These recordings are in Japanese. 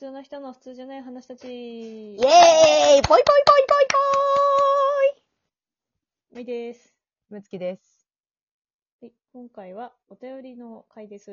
通な人の普通じゃない話たち。 イエーイぽいぽいぽいぽいぽみです。 ーいむつきです。 はい、今回はお便りの回です。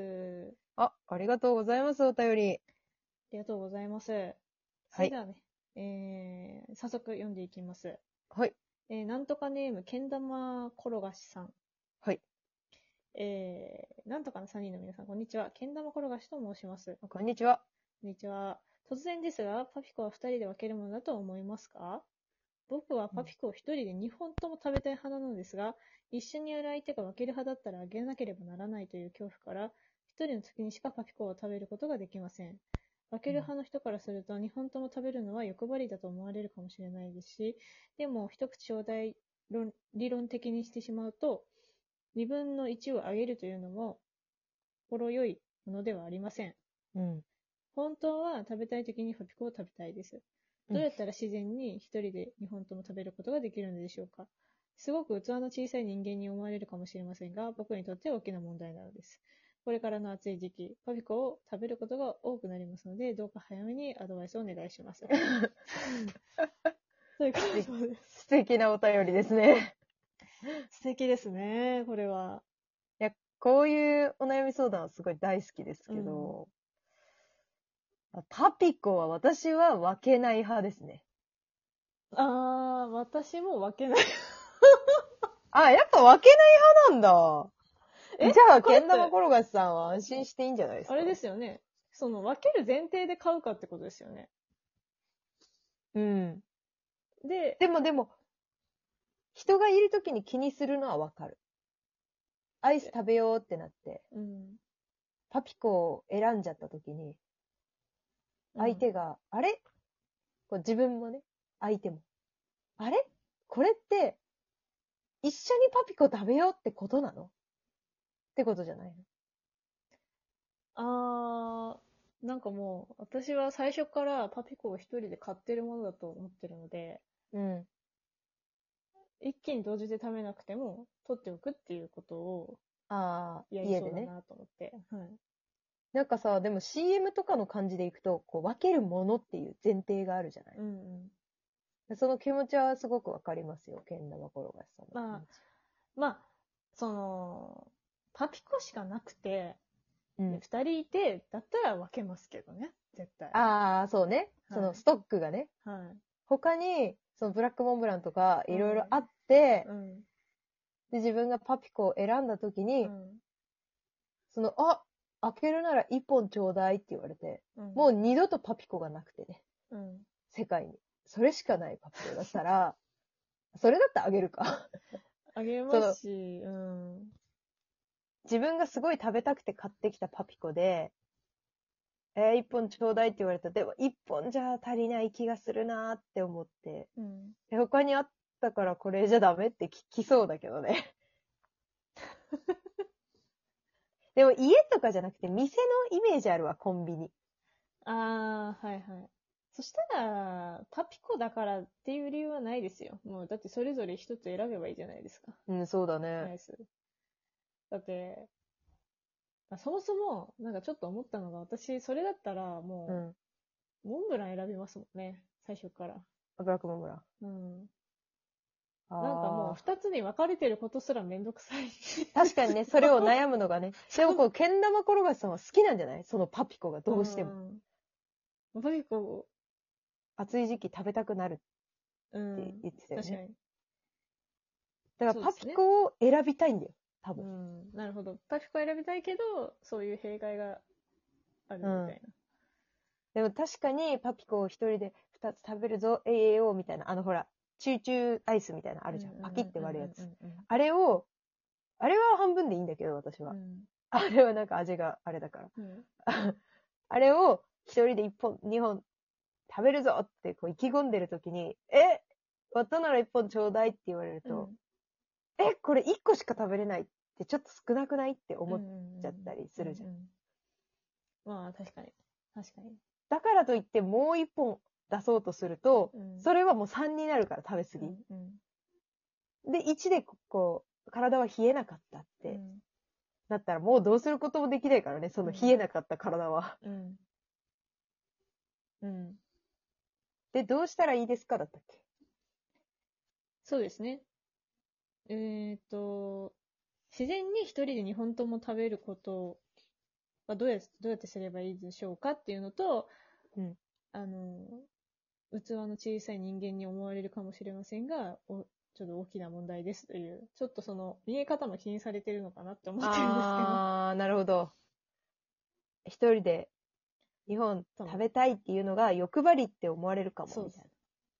ありがとうございます、お便り。 ありがとうございます。そはい。 れではね、早速読んでいきます。 はい。 なんとかネーム、けん玉転がしさん。 はい。 なんとかの3人の皆さん、こんにちは。けん玉転がしと申します。 こんにちは。 こんにちは。突然ですが、パピコは2人で分けるものだと思いますか？僕はパピコを1人で2本とも食べたい派なのですが、一緒にやる相手が分ける派だったらあげなければならないという恐怖から、1人の時にしかパピコを食べることができません。分ける派の人からすると、2本とも食べるのは欲張りだと思われるかもしれないですし、でも一口ちょうだい理論的にしてしまうと、2分の1をあげるというのも、心よいものではありません。 うん。 本当は食べたい時にパピコを食べたいです。どうやったら自然に一人で2本とも食べることができるのでしょうか？すごく器の小さい人間に思われるかもしれませんが、僕にとって大きな問題なのです。これからの暑い時期、パピコを食べることが多くなりますので、どうか早めにアドバイスをお願いします。ということです。 素敵なお便りですね。 素敵ですね、これは。 いや、こういうお悩み相談はすごい大好きですけど、パピコは私は分けない派ですね。 私も分けない。 やっぱ分けない派なんだ。 えじゃあ、 これってけん玉転がしさんは安心していいんじゃないですか。 あれですよね。その分ける前提で買うかってことですよね。 うん。 で、 でも、人がいるときに気にするのはわかる。アイス食べようってなって、パピコを選んじゃったときに、相手が、あれこう自分もね、相手も。あれこれって、一緒にパピコ食べようってことなのってことじゃないなんかもう、私は最初からパピコを一人で買ってるものだと思ってるので、 の？ 一気に同時で食べなくても、取っておくっていうことをやりそうだ家でね。 なと思って。はい。 なんかさ、でも CM とかの感じでいくと、こう分けるものっていう前提があるじゃない。その気持ちはすごくわかりますよ、けん玉転がしさんの気持ち。 まあ、その、パピコしかなくて、 うん。 二人いて、だったら分けますけどね、絶対。 そうね。そのストックがね。 はい。 他に、そのブラックモンブランとかいろいろあって、で、自分がパピコを選んだ時に、開けるなら1本ちょうだいって言われて、もう二度とパピコがなくてね。世界に。それしかないパピコだったら、それだったらあげるか。 あげますし、 自分がすごい食べたくて買ってきたパピコで、1本ちょうだいって言われた。でも1本じゃ足りない気がするなーって思って。他にあったからこれじゃダメって聞きそうだけどね。でも家とかじゃなくて店のイメージあるわ、コンビニ。 はいはい。そしたら、パピコだからっていう理由はないですよ。もう、だってそれぞれ一つ選べばいいじゃないですか。 そうだね。 アイス。だって、そもそも、なんかちょっと思ったのが、私、それだったら、もう、モンブラン選びますもんね。最初から。 ブラックモンブラン。なんかもう、二つに分かれてることすらめんどくさい。 確かにね、それを悩むのがね。でもこう、けん玉転がしさんは好きなんじゃないそのパピコがどうしても。 パピコ、 暑い時期食べたくなるって言ってたよね。 確かに。 だからパピコを選びたいんだよ、多分。 なるほど。パピコ選びたいけど、そういう弊害があるみたいな。 でも確かにパピコを一人で二つ食べるぞ、AAO みたいな、ほら、チューチューアイスみたいなのあるじゃん。パキって割るやつ。あれは半分でいいんだけど、私は。あれはなんか味があれだから。あれを一人で一本、二本食べるぞってこう意気込んでるときに、割ったなら一本ちょうだいって言われると、これ一個しか食べれないってちょっと少なくないって思っちゃったりするじゃん。 まあ、確かに。確かに。 だからといってもう一本出そうとすると、それはもう3になるから食べ過ぎ。で、1でこう、体は冷えなかったって、なったらもうどうすることもできないからね、その冷えなかった体は。 うん。 で、どうしたらいいですかだったっけ？ そうですね。自然に一人で2本とも食べることはどうやってすればいいでしょうかっていうのと、 うん。 あの、器の小さい人間に思われるかもしれませんが、ちょっと大きな問題ですという、ちょっとその見え方も気にされてるのかなって思ってるんですけど。 なるほど。一人で日本食べたいっていうのが欲張りって思われるかも、 そうみたい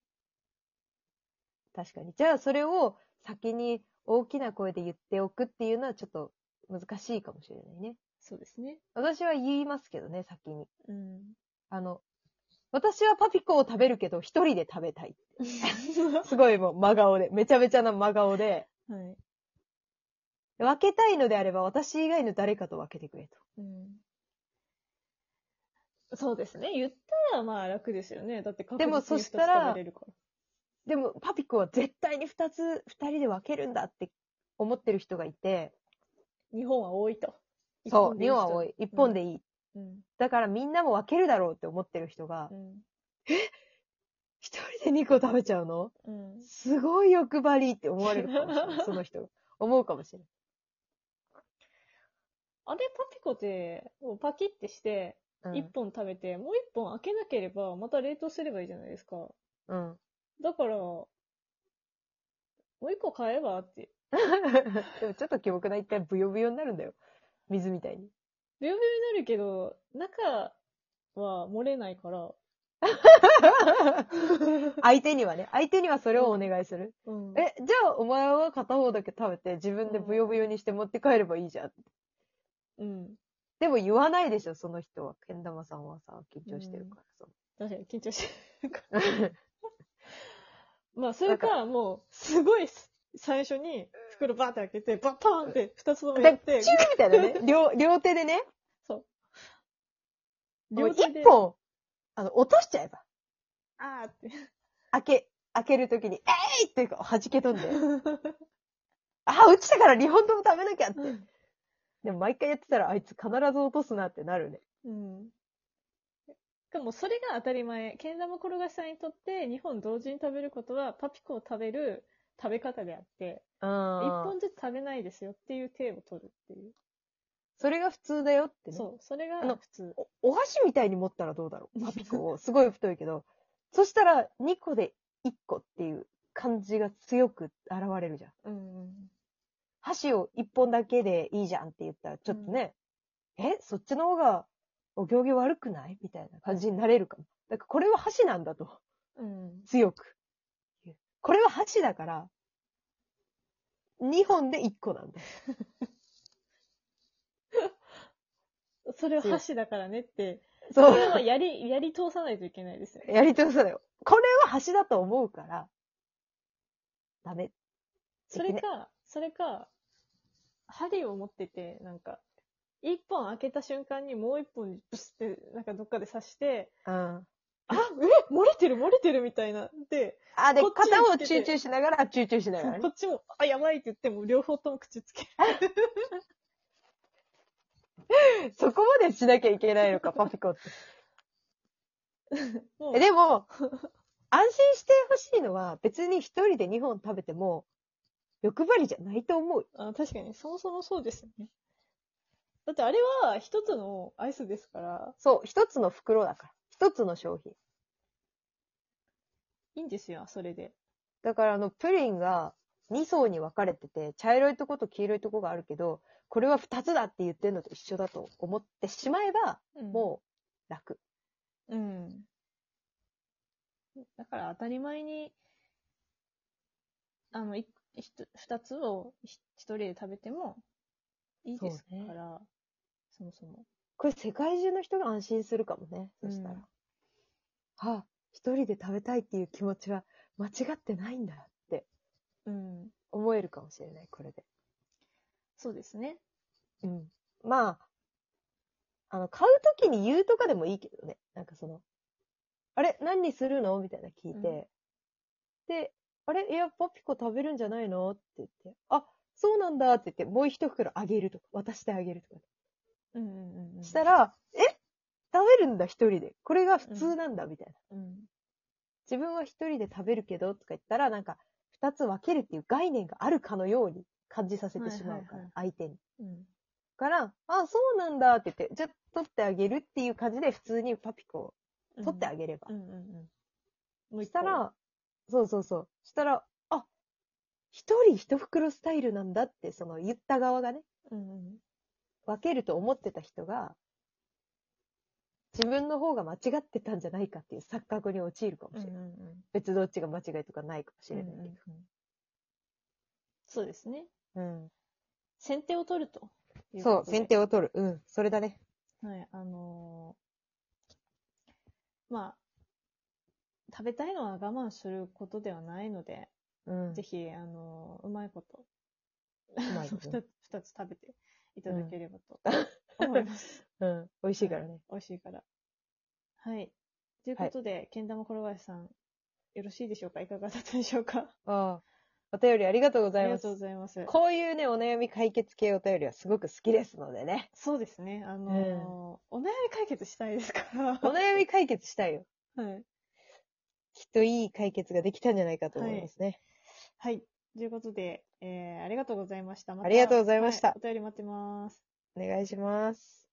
な。確かに。じゃあ、それを先に大きな声で言っておくっていうのはちょっと難しいかもしれないね。 そうですね。 私は言いますけどね、先に。 うん。 私はパピコを食べるけど、一人で食べたい。すごいもう真顔で、めちゃめちゃな真顔で、 はい。 分けたいのであれば私以外の誰かと分けてくれと。 うん。そうですね。言ったらまあ楽ですよね。だって確でもそ実に2つ食べしたら、 れるから。 でもパピコは絶対に二人で分けるんだって思ってる人がいて、 日本は多いと。一そう、 本でいい人。 日本は多い。一本でいい。 うん。 だからみんなも分けるだろうって思ってる人がう、ん。 一人で2個食べちゃうの？ うん。 すごい欲張りって思われるかもしれない。その人が。思うかもしれない。 あれ、パピコって、もうパキってして、一本食べて、もう一本開けなければ、また冷凍すればいいじゃないですか。 うん。 だから、もう一個買えばって。 でもちょっと記憶ない。一回ブヨブヨになるんだよ。水みたいに。 ビヨビヨになるけど、中は漏れないから。 相手にはそれをお願いする。 うん。 じゃあお前は片方だけ食べて自分でブヨブヨにして持って帰ればいいじゃん。 うん。 でも言わないでしょ、その人は。けん玉さんはさ、緊張してるからさ。 確かに緊張してるから。まあ、そなんか、 れか、もう、すごい最初に袋バーって開けて、バッパーンって二つともで、 やって、 チューみたいなね。両手でね。 そう。 もう一両手で、 本、落としちゃえば。 あーって。 開けるときに、えいって弾け飛んで。落ちたから2本とも食べなきゃって。でも毎回やってたらあいつ必ず落とすなってなるね。 うん。でもそれが当たり前。けん玉転がしさんにとって2本同時に食べることはパピコを食べる食べ方であって、1本ずつ食べないですよっていう手を取るっていう。 それが普通だよってね。 そう、それが普通。 お箸みたいに持ったらどうだろう。パピコを。すごい太いけど。そしたら2個で1個っていう感じが強く現れるじゃん。 うんうん。 箸を1本だけでいいじゃんって言ったらちょっとね、そっちの方がお行儀悪くないみたいな感じになれるかも。だからこれは箸なんだと。 うん。 強く。これは箸だから、2本で1個なんだ。 それは箸だからねって、 そう。 それはやり通さないといけないですよね。 やり通さだよ。これは箸だと思うから、ダメ。 それか、針を持ってて、なんか、一本開けた瞬間にもう一本ブスって、なんかどっかで刺して、 うん。 漏れてるみたいな。で、 で、 こっちに片方つけて集中しながら、集中しながらね。 こっちも、やばいって言っても両方とも口つける。 そこまでしなきゃいけないのか、パピコって。でも、安心してほしいのは、別に一人で2本食べても、欲張りじゃないと思う。 確かに、そもそもそうですよね。だってあれは一つのアイスですから。 そう、一つの袋だから。一つの商品。 いいんですよ、それで。 だからプリンが2層に分かれてて、茶色いとこと黄色いとこがあるけど、これは2つだって言ってるのと一緒だと思ってしまえば、もう楽。 うん。だから当たり前に、二つを一人で食べてもいいですから、そもそも。 これ世界中の人が安心するかもね。そしたら。一人で食べたいっていう気持ちは間違ってないんだって思えるかもしれない、これで。 そうですね。 まあ、買うときに言うとかでもいいけどね。なんかあれ何にするのみたいな聞いて。で、あれいや、パピコ食べるんじゃないのって言って。そうなんだって言って、もう一袋あげるとか、渡してあげるとか。したら、 食べるんだ一人で。これが普通なんだみたいな。自分は一人で食べるけどとか言ったら、なんか二つ分けるっていう概念があるかのように感じさせてしまうから、相手に。から、あ、そうなんだって言って、じゃあ取ってあげるっていう感じで普通にパピコを取ってあげれば。そしたら、そう。そしたら、あ、一人一袋スタイルなんだって、その言った側がね、分けると思ってた人が、自分の方が間違ってたんじゃないかっていう錯覚に陥るかもしれない。別どっちが間違いとかないかもしれないけど。 そうですね。先手を取るというそう、先手を取る。それだね。 はい、まあ、食べたいのは我慢することではないので、ぜひ、うまいこと、二つ食べていただければと思います。 美味しいからね。 美味しいから。はい。ということで、けん玉転がしさん、よろしいでしょうか？いかがだったでしょうか？ お便りありがとうございます。 ありがとうございます。 こういうね、お悩み解決系お便りはすごく好きですのでね。 そうですね。お悩み解決したいですから。 お悩み解決したいよ。 はい。 きっといい解決ができたんじゃないかと思いますね。 はい。ということで、ありがとうございました。 ありがとうございました。 お便り待ってます。 お願いします。